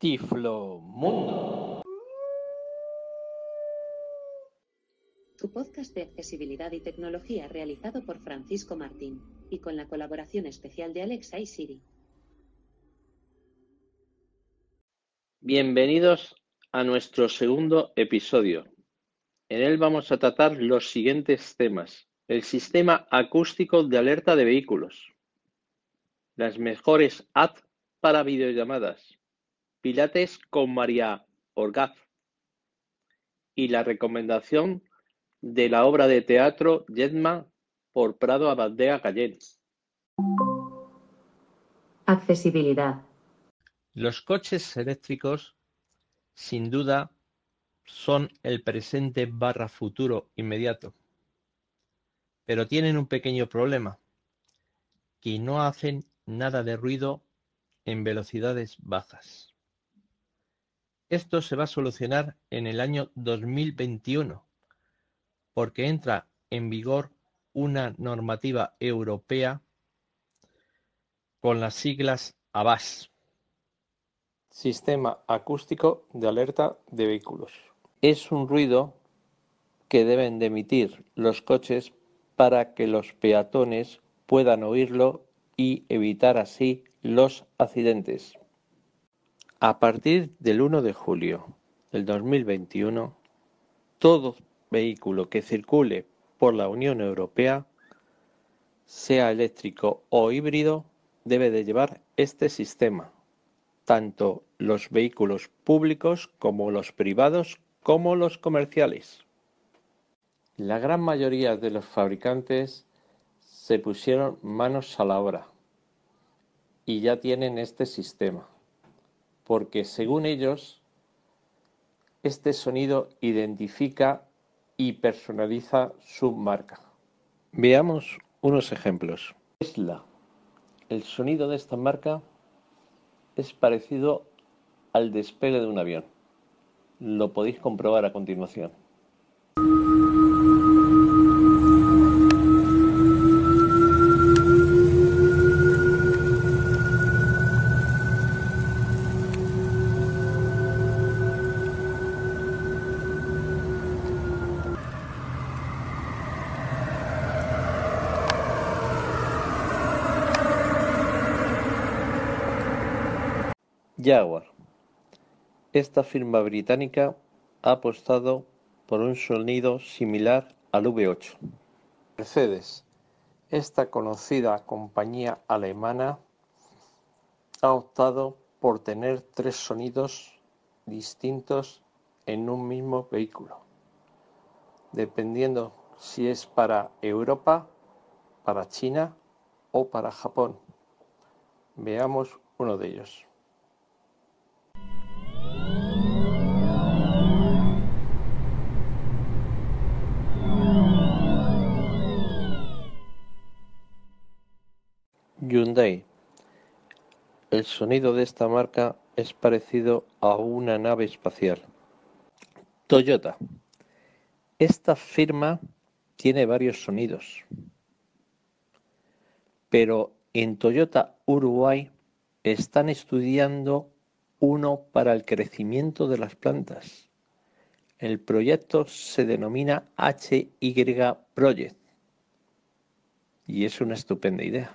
Tiflo Mundo. Tu podcast de accesibilidad y tecnología realizado por Francisco Martín y con la colaboración especial de Alexa y Siri. Bienvenidos a nuestro segundo episodio. En él vamos a tratar los siguientes temas: el sistema acústico de alerta de vehículos, las mejores apps para videollamadas, Pilates con María Orgaz y la recomendación de la obra de teatro Yedma por Prado Abadea Gallén. Accesibilidad. Los coches eléctricos, sin duda, son el presente / futuro inmediato, pero tienen un pequeño problema, que no hacen nada de ruido en velocidades bajas. Esto se va a solucionar en el año 2021, porque entra en vigor una normativa europea con las siglas AVAS. Sistema acústico de alerta de vehículos. Es un ruido que deben de emitir los coches para que los peatones puedan oírlo y evitar así los accidentes. A partir del 1 de julio del 2021, todo vehículo que circule por la Unión Europea, sea eléctrico o híbrido, debe de llevar este sistema, tanto los vehículos públicos como los privados como los comerciales. La gran mayoría de los fabricantes se pusieron manos a la obra y ya tienen este sistema, porque según ellos, este sonido identifica y personaliza su marca. Veamos unos ejemplos. Tesla. El sonido de esta marca es parecido al despegue de un avión. Lo podéis comprobar a continuación. Jaguar. Esta firma británica ha apostado por un sonido similar al V8. Mercedes. Esta conocida compañía alemana ha optado por tener 3 sonidos distintos en un mismo vehículo, dependiendo si es para Europa, para China o para Japón. Veamos uno de ellos. Hyundai. El sonido de esta marca es parecido a una nave espacial. Toyota. Esta firma tiene varios sonidos, pero en Toyota Uruguay están estudiando uno para el crecimiento de las plantas. El proyecto se denomina HY Project y es una estupenda idea.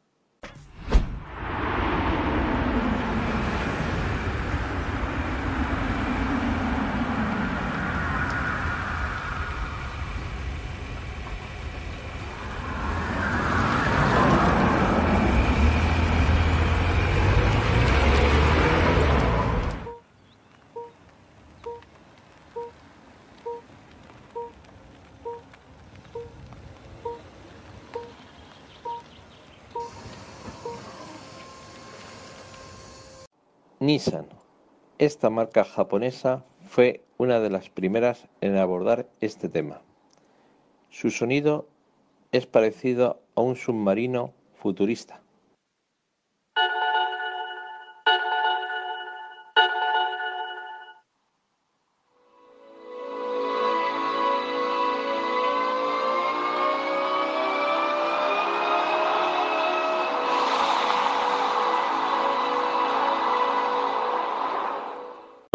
Nissan. Esta marca japonesa fue una de las primeras en abordar este tema. Su sonido es parecido a un submarino futurista.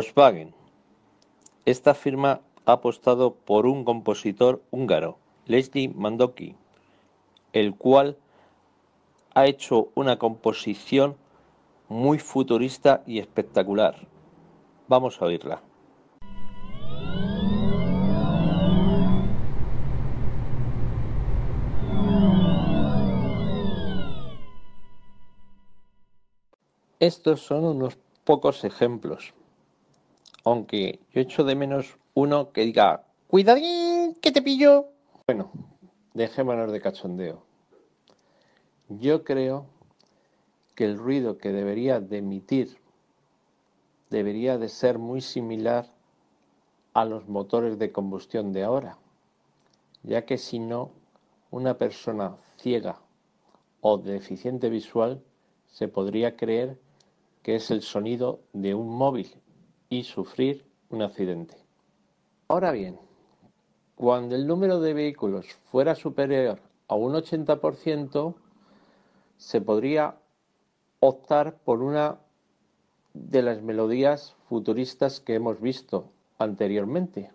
Volkswagen. Esta firma ha apostado por un compositor húngaro, Leslie Mandoki, el cual ha hecho una composición muy futurista y espectacular. Vamos a oírla. Estos son unos pocos ejemplos, aunque yo echo de menos uno que diga ¡cuidadín, que te pillo! Bueno, dejémonos de cachondeo. Yo creo que el ruido que debería de emitir debería de ser muy similar a los motores de combustión de ahora, ya que si no, una persona ciega o deficiente visual se podría creer que es el sonido de un móvil y sufrir un accidente. Ahora bien, cuando el número de vehículos fuera superior a un 80%, se podría optar por una de las melodías futuristas que hemos visto anteriormente.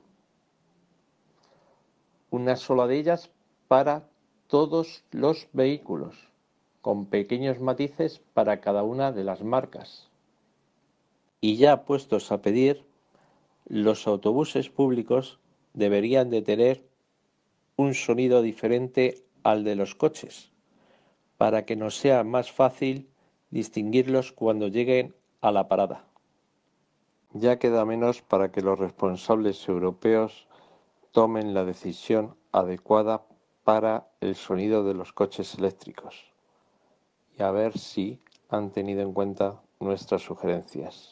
Una sola de ellas para todos los vehículos, con pequeños matices para cada una de las marcas. Y ya puestos a pedir, los autobuses públicos deberían de tener un sonido diferente al de los coches, para que nos sea más fácil distinguirlos cuando lleguen a la parada. Ya queda menos para que los responsables europeos tomen la decisión adecuada para el sonido de los coches eléctricos y a ver si han tenido en cuenta nuestras sugerencias.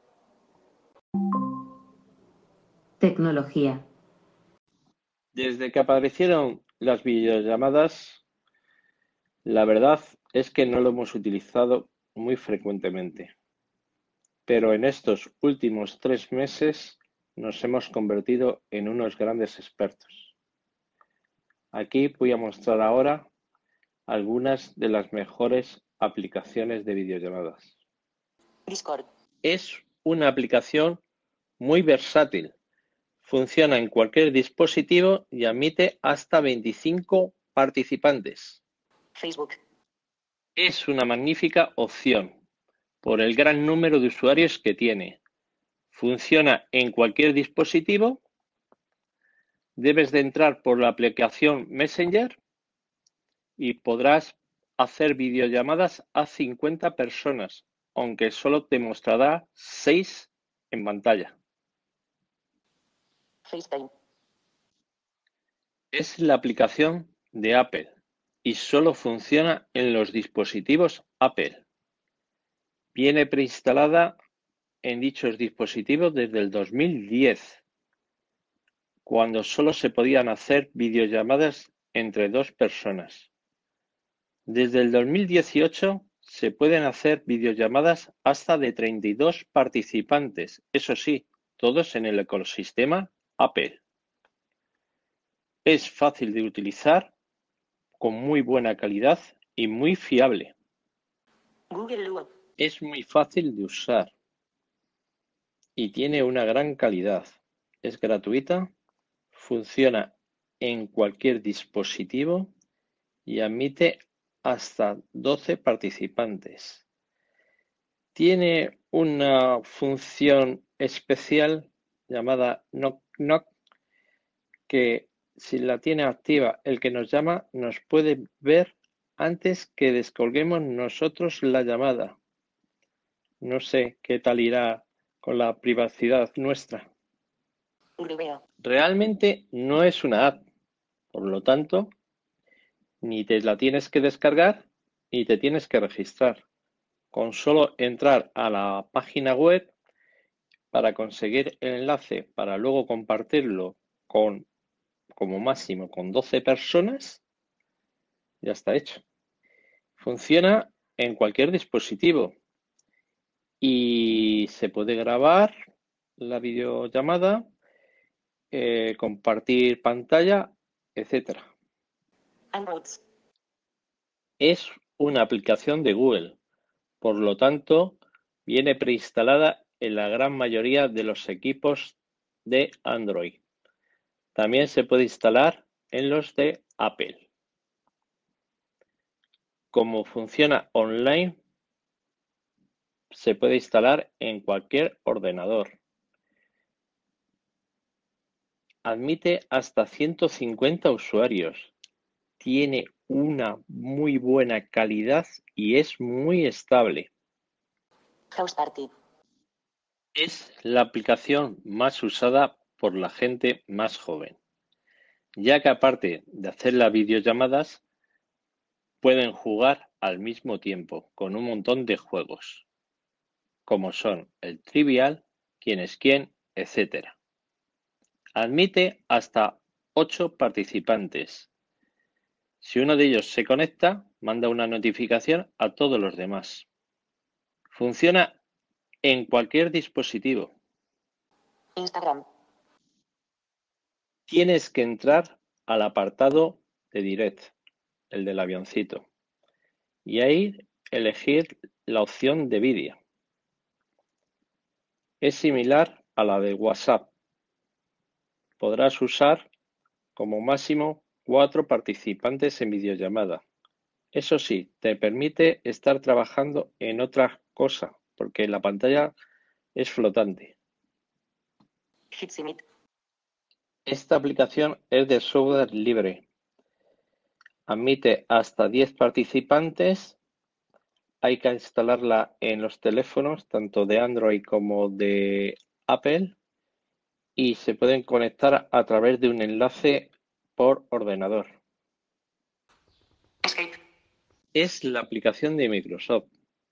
Tecnología. Desde que aparecieron las videollamadas, la verdad es que no lo hemos utilizado muy frecuentemente, pero en estos últimos 3 meses nos hemos convertido en unos grandes expertos. Aquí voy a mostrar ahora algunas de las mejores aplicaciones de videollamadas. Discord. Es una aplicación muy versátil. Funciona en cualquier dispositivo y admite hasta 25 participantes. Facebook. Es una magnífica opción por el gran número de usuarios que tiene. Funciona en cualquier dispositivo. Debes de entrar por la aplicación Messenger y podrás hacer videollamadas a 50 personas, aunque solo te mostrará 6 en pantalla. FaceTime. Es la aplicación de Apple y solo funciona en los dispositivos Apple. Viene preinstalada en dichos dispositivos desde el 2010, cuando solo se podían hacer videollamadas entre 2 personas. Desde el 2018 se pueden hacer videollamadas hasta de 32 participantes, eso sí, todos en el ecosistema Apple. Es fácil de utilizar, con muy buena calidad y muy fiable. Google Duo. Es muy fácil de usar y tiene una gran calidad. Es gratuita, funciona en cualquier dispositivo y admite hasta 12 participantes. Tiene una función especial llamada Knock Knock, que si la tiene activa el que nos llama nos puede ver antes que descolguemos nosotros la llamada. No sé qué tal irá con la privacidad nuestra. Grubeo. Realmente no es una app, por lo tanto, ni te la tienes que descargar ni te tienes que registrar. Con solo entrar a la página web para conseguir el enlace para luego compartirlo con, como máximo, con 12 personas, ya está hecho. Funciona en cualquier dispositivo y se puede grabar la videollamada, compartir pantalla, etcétera. Hangouts. Es una aplicación de Google, por lo tanto, viene preinstalada en la gran mayoría de los equipos de Android. También se puede instalar en los de Apple. Como funciona online, se puede instalar en cualquier ordenador. Admite hasta 150 usuarios. Tiene una muy buena calidad y es muy estable. House Party. Es la aplicación más usada por la gente más joven, ya que aparte de hacer las videollamadas, pueden jugar al mismo tiempo con un montón de juegos, como son el Trivial, Quién es quién, etc. Admite hasta 8 participantes. Si uno de ellos se conecta, manda una notificación a todos los demás. Funciona en cualquier dispositivo. Instagram. Tienes que entrar al apartado de Direct, el del avioncito, y ahí elegir la opción de vídeo. Es similar a la de WhatsApp. Podrás usar como máximo 4 participantes en videollamada. Eso sí, te permite estar trabajando en otra cosa, porque la pantalla es flotante. Hitsimit. Esta aplicación es de software libre. Admite hasta 10 participantes. Hay que instalarla en los teléfonos, tanto de Android como de Apple, y se pueden conectar a través de un enlace por ordenador. Escape. Es la aplicación de Microsoft.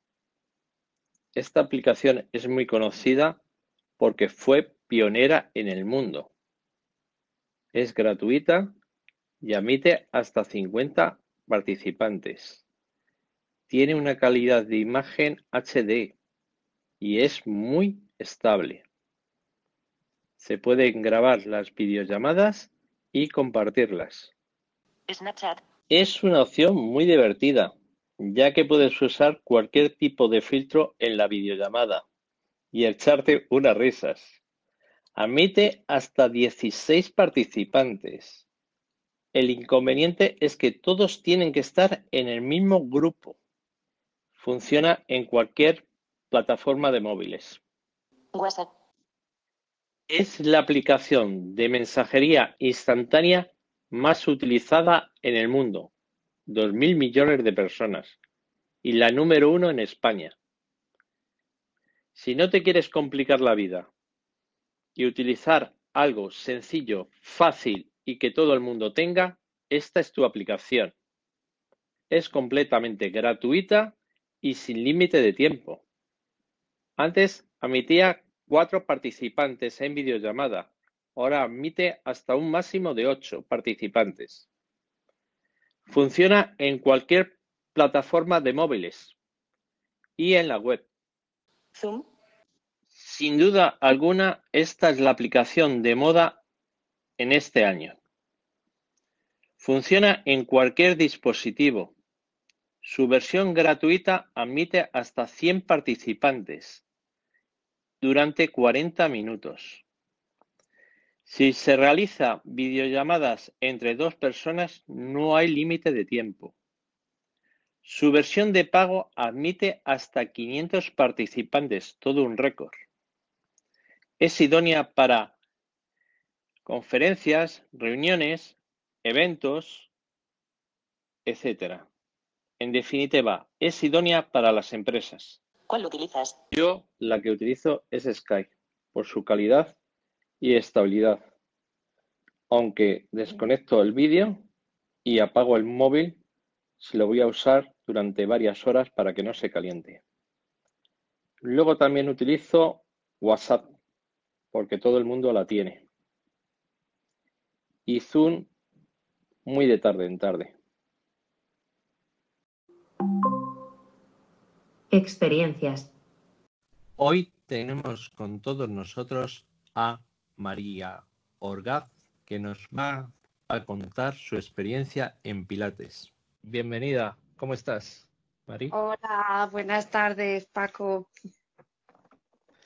Esta aplicación es muy conocida porque fue pionera en el mundo. Es gratuita y admite hasta 50 participantes. Tiene una calidad de imagen HD y es muy estable. Se pueden grabar las videollamadas y compartirlas. Snapchat. Es una opción muy divertida, ya que puedes usar cualquier tipo de filtro en la videollamada y echarte unas risas. Admite hasta 16 participantes. El inconveniente es que todos tienen que estar en el mismo grupo. Funciona en cualquier plataforma de móviles. WhatsApp. Es la aplicación de mensajería instantánea más utilizada en el mundo, 2.000 millones de personas, y la número 1 en España. Si no te quieres complicar la vida y utilizar algo sencillo, fácil y que todo el mundo tenga, esta es tu aplicación. Es completamente gratuita y sin límite de tiempo. Antes admitía 4 participantes en videollamada. Ahora admite hasta un máximo de 8 participantes. Funciona en cualquier plataforma de móviles y en la web. Zoom. Sin duda alguna, esta es la aplicación de moda en este año. Funciona en cualquier dispositivo. Su versión gratuita admite hasta 100 participantes durante 40 minutos. Si se realiza videollamadas entre 2 personas, no hay límite de tiempo. Su versión de pago admite hasta 500 participantes, todo un récord. Es idónea para conferencias, reuniones, eventos, etc. En definitiva, es idónea para las empresas. ¿Cuál utilizas? Yo la que utilizo es Skype, por su calidad y estabilidad. Aunque desconecto el vídeo y apago el móvil si lo voy a usar durante varias horas para que no se caliente. Luego también utilizo WhatsApp, porque todo el mundo la tiene. Y Zoom muy de tarde en tarde. Experiencias. Hoy tenemos con todos nosotros a María Orgaz, que nos va a contar su experiencia en Pilates. Bienvenida, ¿cómo estás, Mari? Hola, buenas tardes, Paco.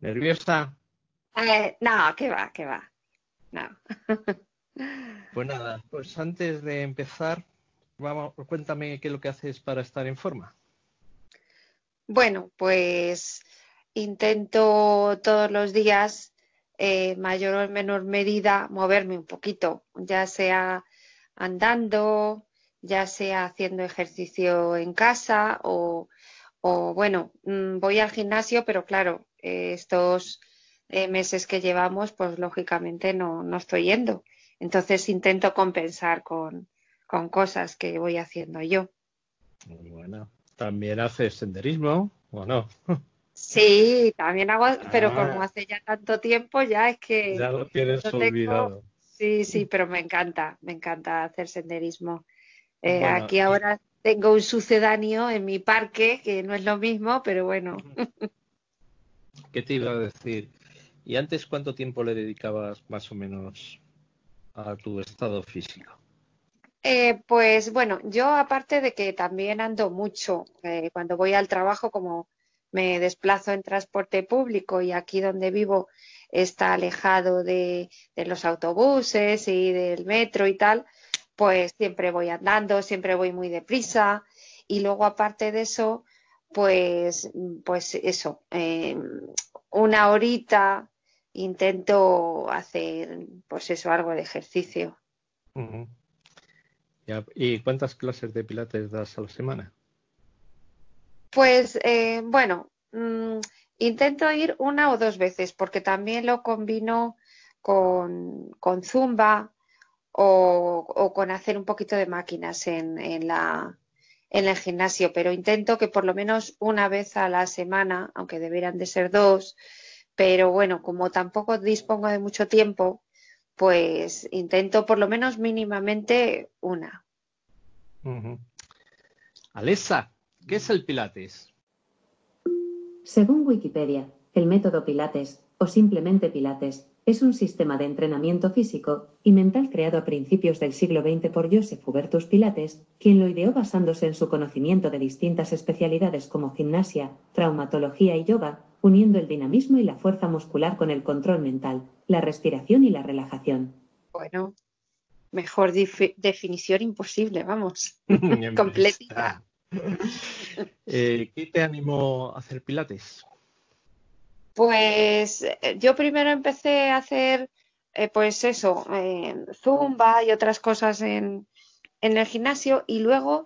¿Nerviosa? No, qué va, qué va. No. Pues nada, pues antes de empezar, cuéntame qué es lo que haces para estar en forma. Bueno, pues intento todos los días, en mayor o en menor medida, moverme un poquito, ya sea andando, ya sea haciendo ejercicio en casa o bueno, voy al gimnasio, pero claro, estos meses que llevamos, pues lógicamente no estoy yendo. Entonces intento compensar con cosas que voy haciendo yo. Bueno, ¿también haces senderismo o no? Sí, también hago, pero como Ah, hace ya tanto tiempo, ya es que ya lo tienes lo tengo. olvidado. Sí, sí, pero me encanta hacer senderismo. Bueno, Aquí ahora tengo un sucedáneo en mi parque, que no es lo mismo, pero bueno. ¿qué te iba a decir? ¿Y antes cuánto tiempo le dedicabas más o menos a tu estado físico? Pues bueno, yo aparte de que también ando mucho, cuando voy al trabajo, como me desplazo en transporte público y aquí donde vivo está alejado de los autobuses y del metro y tal, pues siempre voy andando, siempre voy muy deprisa y luego aparte de eso, pues eso, una horita intento hacer pues eso, algo de ejercicio. Ujú. ¿Y cuántas clases de pilates das a la semana? Pues bueno, intento ir una o dos veces porque también lo combino con Zumba o con hacer un poquito de máquinas en el gimnasio, pero intento que por lo menos una vez a la semana, aunque deberían de ser dos, pero bueno, como tampoco dispongo de mucho tiempo, pues intento por lo menos mínimamente una. Ujú. Alexa, ¿qué es el pilates? Según Wikipedia, el método Pilates, o simplemente Pilates, es un sistema de entrenamiento físico y mental creado a principios del siglo XX por Joseph Hubertus Pilates, quien lo ideó basándose en su conocimiento de distintas especialidades como gimnasia, traumatología y yoga, uniendo el dinamismo y la fuerza muscular con el control mental, la respiración y la relajación. Bueno, mejor definición imposible, vamos, Siempre completita. está. ¿Qué te animó a hacer pilates? Pues yo primero empecé a hacer, pues eso, zumba y otras cosas en el gimnasio y luego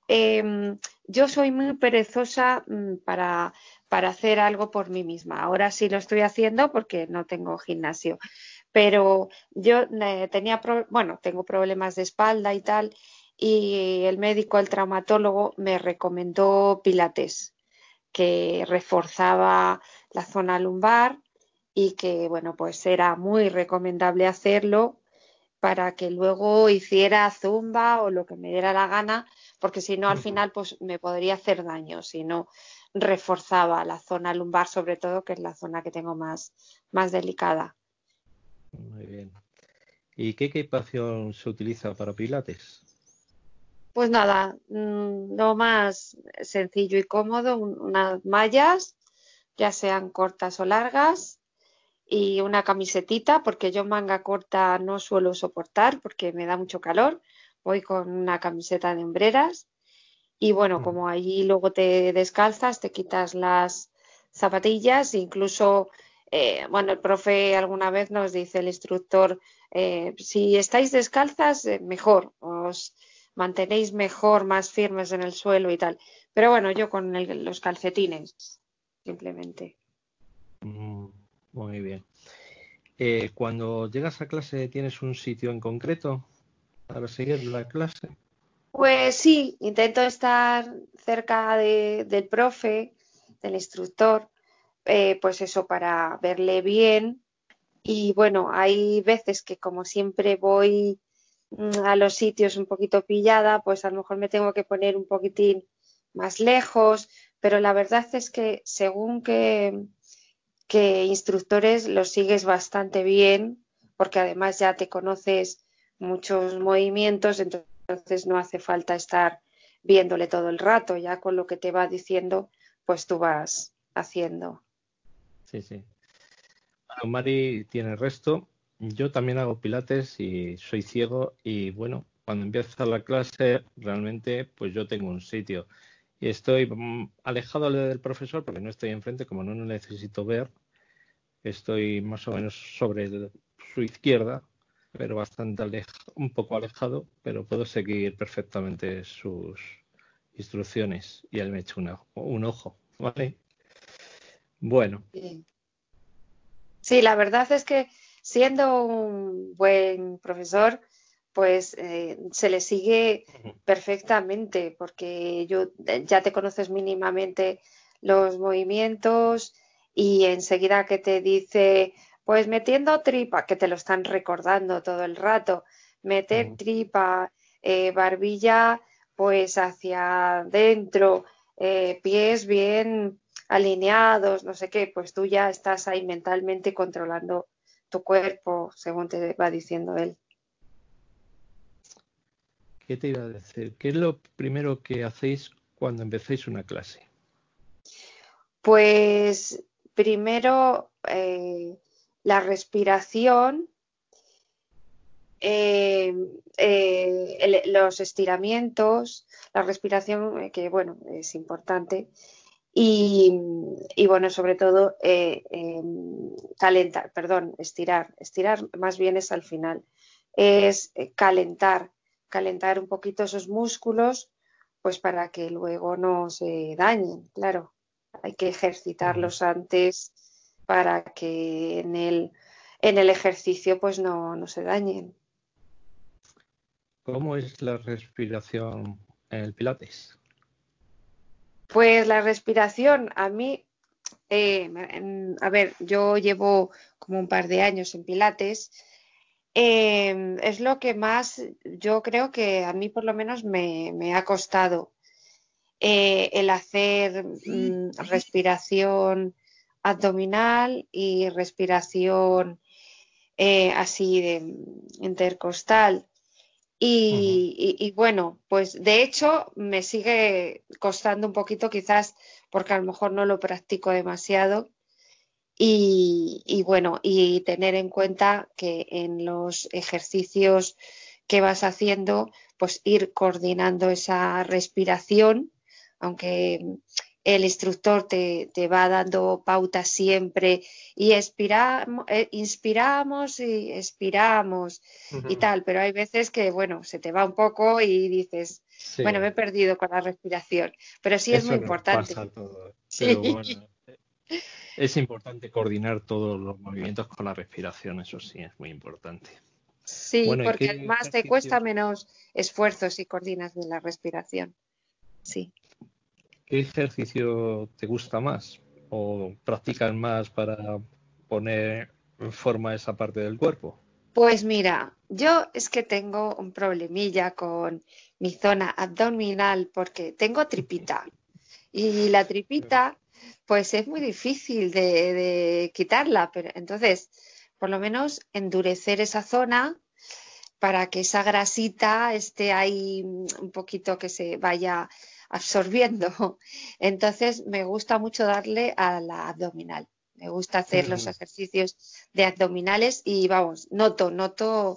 yo soy muy perezosa para hacer algo por mí misma. Ahora sí lo estoy haciendo porque no tengo gimnasio, pero yo bueno, tengo problemas de espalda y tal, y el médico, el traumatólogo, me recomendó Pilates, que reforzaba la zona lumbar y que, bueno, pues era muy recomendable hacerlo para que luego hiciera zumba o lo que me diera la gana, porque si no al Ujú. final pues me podría hacer daño si no reforzaba la zona lumbar, sobre todo, que es la zona que tengo más delicada. Muy bien. ¿Y qué equipación se utiliza para pilates? Pues nada, lo más sencillo y cómodo, unas mallas, ya sean cortas o largas, y una camisetita, porque yo manga corta no suelo soportar porque me da mucho calor. Voy con una camiseta de hombreras y bueno, Ujú. como allí luego te descalzas, te quitas las zapatillas, incluso, bueno, el profe alguna vez nos dice, el instructor, si estáis descalzas, mejor, os mantenéis mejor, más firmes en el suelo y tal. Pero bueno, yo con los calcetines, simplemente. Mm, Muy bien. Cuando llegas a clase, ¿tienes un sitio en concreto para seguir la clase? Pues sí, intento estar cerca del profe, del instructor, pues eso, para verle bien. Y bueno, hay veces que como siempre voy a los sitios un poquito pillada, pues a lo mejor me tengo que poner un poquitín más lejos, pero la verdad es que según que instructores los sigues bastante bien, porque además ya te conoces muchos movimientos, entonces no hace falta estar viéndole todo el rato, ya con lo que te va diciendo, pues tú vas haciendo. Sí, sí. Mari tiene resto. Yo también hago pilates y soy ciego y bueno, cuando empieza la clase realmente pues yo tengo un sitio y estoy alejado del profesor porque no estoy enfrente, como no lo necesito ver, estoy más o menos sobre su izquierda, pero bastante un poco alejado, pero puedo seguir perfectamente sus instrucciones y él me echa un ojo, ¿vale? Bueno. Sí. Sí, la verdad es que siendo un buen profesor, pues se le sigue perfectamente, porque ya te conoces mínimamente los movimientos y enseguida que te dice, pues metiendo tripa, que te lo están recordando todo el rato, meter tripa, barbilla, pues hacia adentro, pies bien alineados, no sé qué, pues tú ya estás ahí mentalmente controlando tu cuerpo, según te va diciendo él. ¿Qué te iba a decir? ¿Qué es lo primero que hacéis cuando empecéis una clase? Pues primero la respiración, los estiramientos, la respiración, que bueno, es importante. Y, y bueno, sobre todo calentar, perdón, estirar más bien es al final, es calentar un poquito esos músculos, pues para que luego no se dañen, claro, hay que ejercitarlos antes para que en el ejercicio pues no se dañen. ¿Cómo es la respiración en el Pilates? Pues la respiración, a mí, a ver, yo llevo como un par de años en Pilates. Es lo que más yo creo que a mí por lo menos me ha costado el hacer respiración abdominal y respiración así de intercostal. Y bueno, pues de hecho me sigue costando un poquito quizás porque a lo mejor no lo practico demasiado y bueno, y tener en cuenta que en los ejercicios que vas haciendo, pues ir coordinando esa respiración, aunque el instructor te va dando pautas siempre y inspiramos y expiramos y tal, pero hay veces que, bueno, se te va un poco y dices, bueno, me Sí, he perdido con la respiración, pero sí es muy eso nos importante. pasa a todos, pero Sí. bueno, es importante coordinar todos los movimientos con la respiración, eso sí, es muy importante. Sí, Bueno, ¿y porque qué además te cuesta ejercicios, menos esfuerzo si coordinas bien la respiración. Sí. qué ejercicio te gusta más? ¿O practicas más para poner en forma esa parte del cuerpo? Pues mira, yo es que tengo un problemilla con mi zona abdominal porque tengo tripita y la tripita pues es muy difícil de quitarla, pero entonces por lo menos endurecer esa zona para que esa grasita esté ahí un poquito que se vaya absorbiendo. Entonces me gusta mucho darle a la abdominal. Me gusta hacer los ejercicios de abdominales y vamos, noto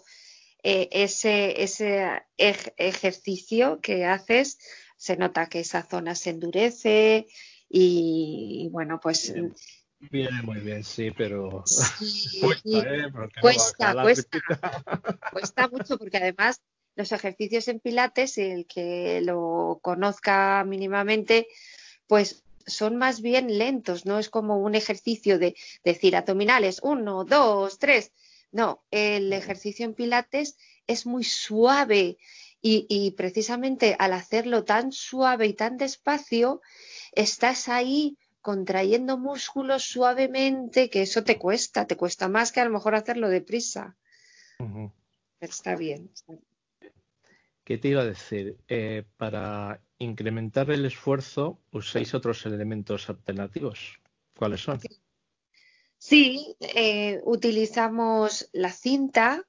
ese ejercicio que haces, se nota que esa zona se endurece y bueno, pues Viene muy bien, sí, pero sí, cuesta, ¿eh? Porque no baja cuesta, la cuesta. tripita. Cuesta mucho porque además los ejercicios en Pilates, el que lo conozca mínimamente, pues son más bien lentos, no es como un ejercicio de decir abdominales, 1, 2, 3. No, el ejercicio en Pilates es muy suave y precisamente al hacerlo tan suave y tan despacio, estás ahí contrayendo músculos suavemente, que eso te cuesta más que a lo mejor hacerlo deprisa. Ujú. Pero está bien. ¿Qué te iba a decir? Para incrementar el esfuerzo, usáis otros elementos alternativos. ¿Cuáles son? Sí, utilizamos la cinta,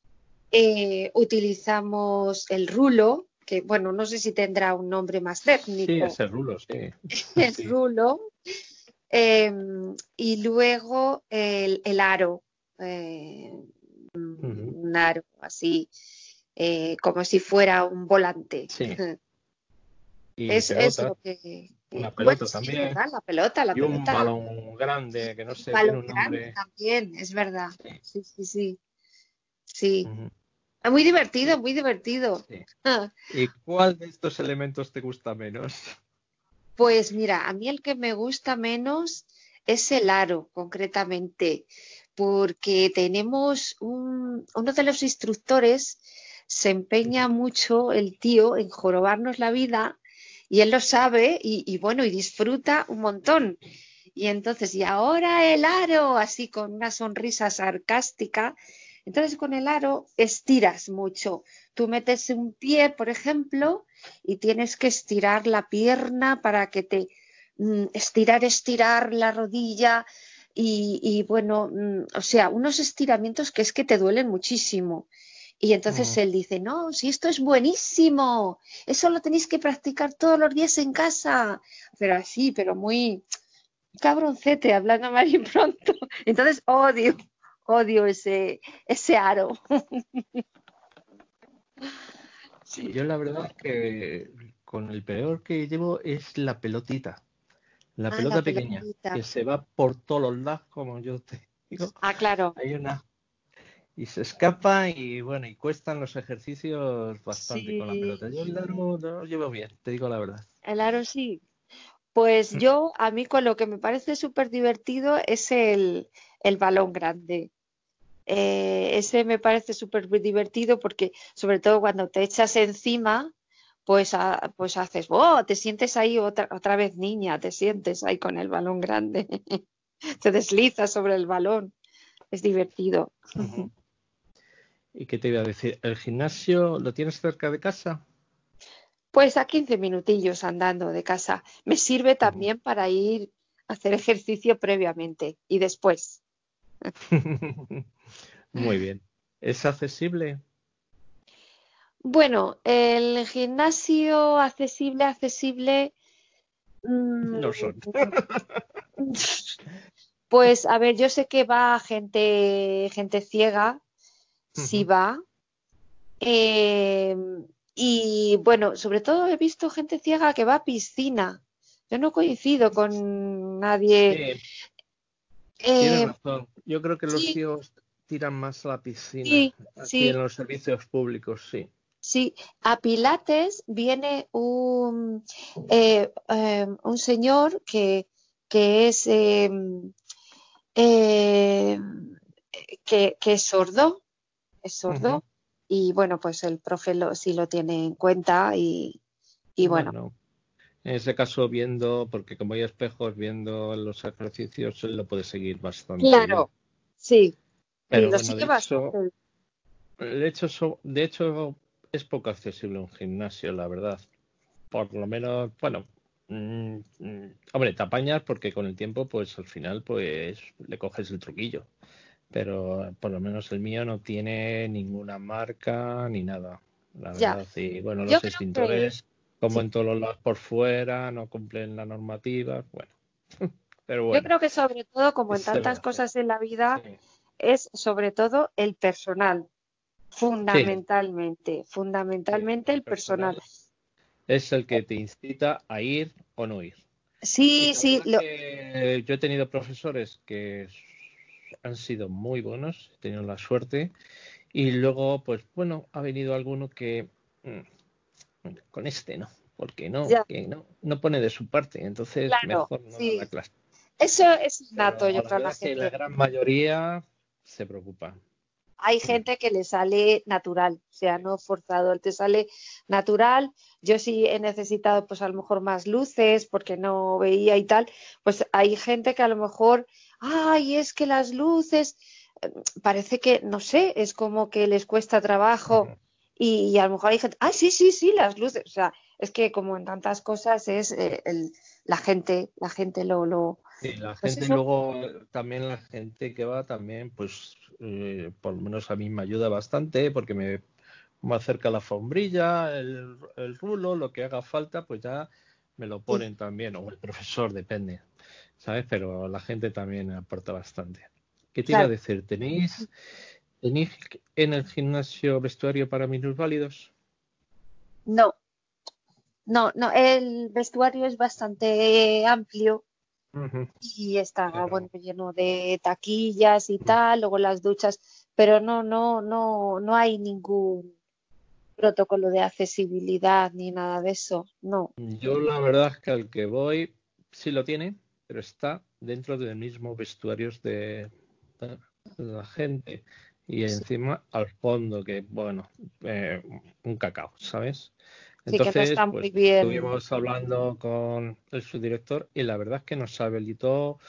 utilizamos el rulo, que bueno, no sé si tendrá un nombre más Sí, técnico, ese rulo, sí. el Sí. rulo, Y luego el aro, eh, Ujú. un aro así, como si fuera un volante. Sí, y Es lo pelotas, que- una bueno, pelota sí, es también, verdad, la y un pelota. balón grande que no Un sé, tiene balón un grande nombre. también, es verdad. Sí. Sí, sí, sí, sí. Ujú. Es muy divertido, muy divertido. Sí. ¿Y cuál de estos elementos te gusta menos? Pues mira, a mí el que me gusta menos es el aro, concretamente, porque tenemos uno de los instructores se empeña mucho, el tío, en jorobarnos la vida y él lo sabe y bueno, y disfruta un montón. Y entonces, y ahora el aro, así con una sonrisa sarcástica. Entonces, con el aro estiras mucho. Tú metes un pie, por ejemplo, y tienes que estirar la pierna para que te estirar la rodilla y bueno, o sea, unos estiramientos que es que te duelen muchísimo. Y entonces Ujú. él dice, no, si esto es buenísimo, eso lo tenéis que practicar todos los días en casa. Pero así, pero muy cabroncete, hablando mal y pronto. Entonces odio ese aro. Sí, yo la verdad es que con el peor que llevo es la pelotita, la Ah, la pelota pequeña, pelotita. que se va por todos los lados, como yo te digo. Ah, claro. Hay una y se escapa y bueno, y cuestan los ejercicios bastante con la Sí, pelota. Yo el aro no lo llevo bien, te digo la verdad. el aro sí. Pues yo, a mí con lo que me parece súper divertido es el balón grande. Ese me parece súper divertido porque, sobre todo cuando te echas encima, pues, pues haces, ¡oh! Te sientes ahí otra vez niña, te sientes ahí con el balón grande. Te deslizas sobre el balón. Es divertido. Ujú. ¿Y qué te iba a decir? ¿El gimnasio lo tienes cerca de casa? Pues a 15 minutillos andando de casa. Me sirve Ujú. también para ir a hacer ejercicio previamente y después. Muy bien. ¿Es accesible? Bueno, el gimnasio accesible. No son. mm, Pues a ver, yo sé que va gente ciega, sí Ujú. va. eh, y bueno, sobre todo he visto gente ciega que va a piscina. Yo no coincido con nadie. Sí, tienes Eh, razón. Yo creo que los sí, ciegos tiran más a la piscina, sí, así en sí. los servicios públicos, sí. Sí, a Pilates viene un señor que es eh, que es Ujú. sordo y bueno, pues el profe sí lo tiene en cuenta y bueno, Bueno, en ese caso viendo, porque como hay espejos, viendo los ejercicios, él lo puede seguir bastante bien. claro, sí, y Pero lo bueno, sigue bastante. de hecho es poco accesible un gimnasio, la verdad. Por lo menos, bueno, hombre, te apañas porque con el tiempo, pues al final, pues le coges el truquillo. Pero por lo menos el mío no tiene ninguna marca ni nada, la Ya, verdad. Y bueno, yo los creo que extintores, como sí, en todos los lados por fuera, no cumplen la normativa. Bueno, pero yo bueno, creo que sobre todo, como ¿qué en se le tantas hace? cosas en la Sí, vida, es sobre todo el personal. sí, sí, Fundamentalmente el el personal. personal es el que te incita a ir o no ir. Y Sí, la sí, verdad que yo he tenido profesores que han sido muy buenos, he tenido la suerte. Y luego, pues bueno, ha venido alguno que con este no, porque no, ya, que no pone de su parte, entonces claro, mejor no da la sí. clase. Eso es innato, Pero yo la creo, a verdad la es que la gente. gran mayoría se preocupa. Hay Mm. gente que le sale natural, o sea, no forzado, él te sale natural. Yo sí he necesitado, pues a lo mejor más luces porque no veía y tal. Pues hay gente que a lo mejor, ay, es que las luces, parece que, no sé, es como que les cuesta trabajo y a lo mejor hay gente, ah, sí, sí, sí, las luces. O sea, es que como en tantas cosas es la gente Sí, la pues gente eso, luego, también la gente que va también, pues por lo menos a mí me ayuda bastante porque me acerca la alfombrilla, el rulo, lo que haga falta, pues ya me lo sí, ponen también, o el profesor, depende. ¿sabes? Pero la gente también aporta bastante. ¿Qué te iba a Claro. decir? ¿Tenéis en el gimnasio vestuario para minusválidos? No, no, el vestuario es bastante amplio Ujú. y está, bueno, Pero, lleno de taquillas y tal, luego las duchas, pero no hay ningún protocolo de accesibilidad ni nada de eso, no. yo la verdad es que al que voy sí lo tiene, pero está dentro del mismo vestuarios de la gente. Y Sí, encima al fondo, que bueno, un cacao, ¿sabes? sí que no Entonces, está muy pues bien. estuvimos hablando con el subdirector y la verdad es que nos habilitó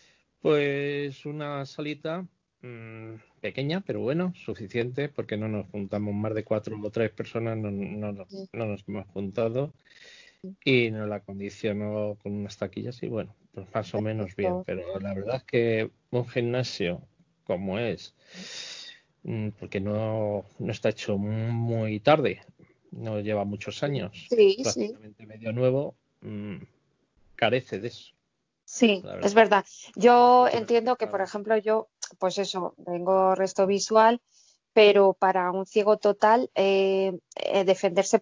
pues una salita pequeña, pero bueno, suficiente, porque no nos juntamos más de 4 o 3 personas, no nos hemos juntado y nos la acondicionó con unas taquillas y bueno, pues más o menos bien, Perfecto. pero la verdad es que un gimnasio como es, porque no está hecho muy tarde, no lleva muchos años, es Sí, sí. prácticamente medio nuevo, carece de eso, Sí, la es verdad. verdad. Yo Así que nos entiendo que, por gustaba. ejemplo, yo, pues eso, tengo resto visual, pero para un ciego total, defenderse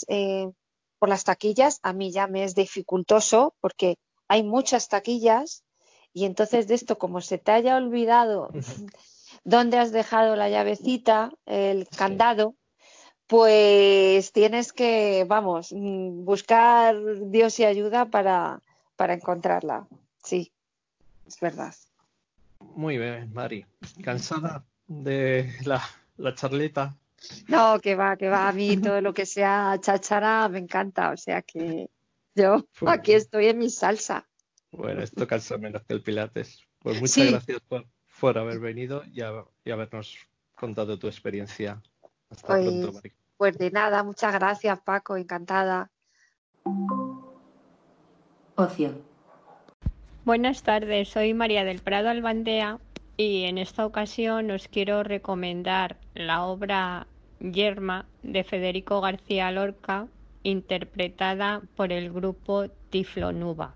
por las taquillas, a mí ya me es dificultoso porque hay muchas taquillas y entonces de esto, como se te haya olvidado Ujú. dónde has dejado la llavecita, el Sí, candado, pues tienes que, vamos, buscar Dios y ayuda para encontrarla. Sí, es verdad. muy bien, Mari. ¿Cansada de la charleta? No, que va, a mí todo lo que sea cháchara me encanta, o sea que yo Pues, aquí estoy en mi salsa. bueno, esto cansa menos que el Pilates. Pues muchas Sí, gracias por haber venido y habernos contado tu experiencia. Hasta pronto, pues, Mari. pues de nada, muchas gracias, Paco, encantada. Ocio. Buenas tardes, soy María del Prado Albandea y en esta ocasión os quiero recomendar la obra Yerma de Federico García Lorca, interpretada por el grupo Tiflonuba.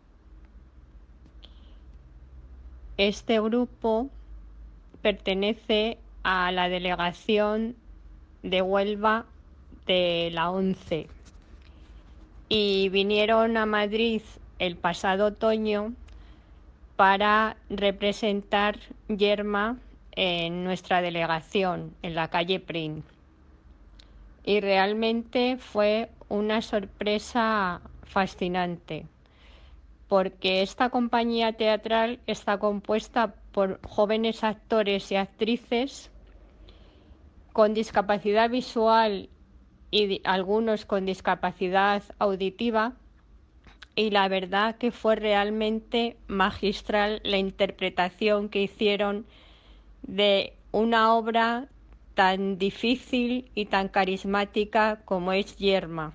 Este grupo pertenece a la delegación de Huelva de la ONCE y vinieron a Madrid el pasado otoño para representar Yerma en nuestra delegación, en la calle Prin. Y realmente fue una sorpresa fascinante, porque esta compañía teatral está compuesta por jóvenes actores y actrices con discapacidad visual y algunos con discapacidad auditiva, y la verdad que fue realmente magistral la interpretación que hicieron de una obra tan difícil y tan carismática como es Yerma.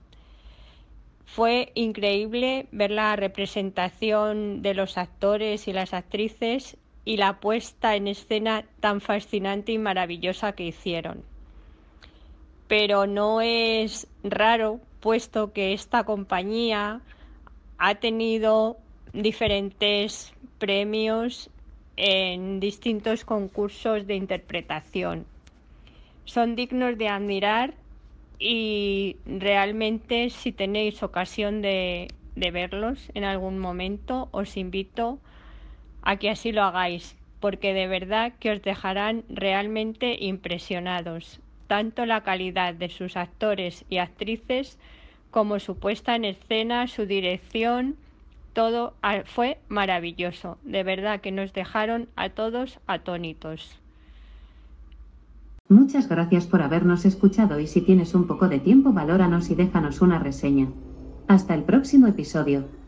Fue increíble ver la representación de los actores y las actrices y la puesta en escena tan fascinante y maravillosa que hicieron. Pero no es raro, puesto que esta compañía ha tenido diferentes premios en distintos concursos de interpretación. Son dignos de admirar y realmente, si tenéis ocasión de verlos en algún momento, os invito a que así lo hagáis, porque de verdad que os dejarán realmente impresionados, tanto la calidad de sus actores y actrices como su puesta en escena, su dirección, todo fue maravilloso. De verdad que nos dejaron a todos atónitos. Muchas gracias por habernos escuchado y si tienes un poco de tiempo valóranos y déjanos una reseña. Hasta el próximo episodio.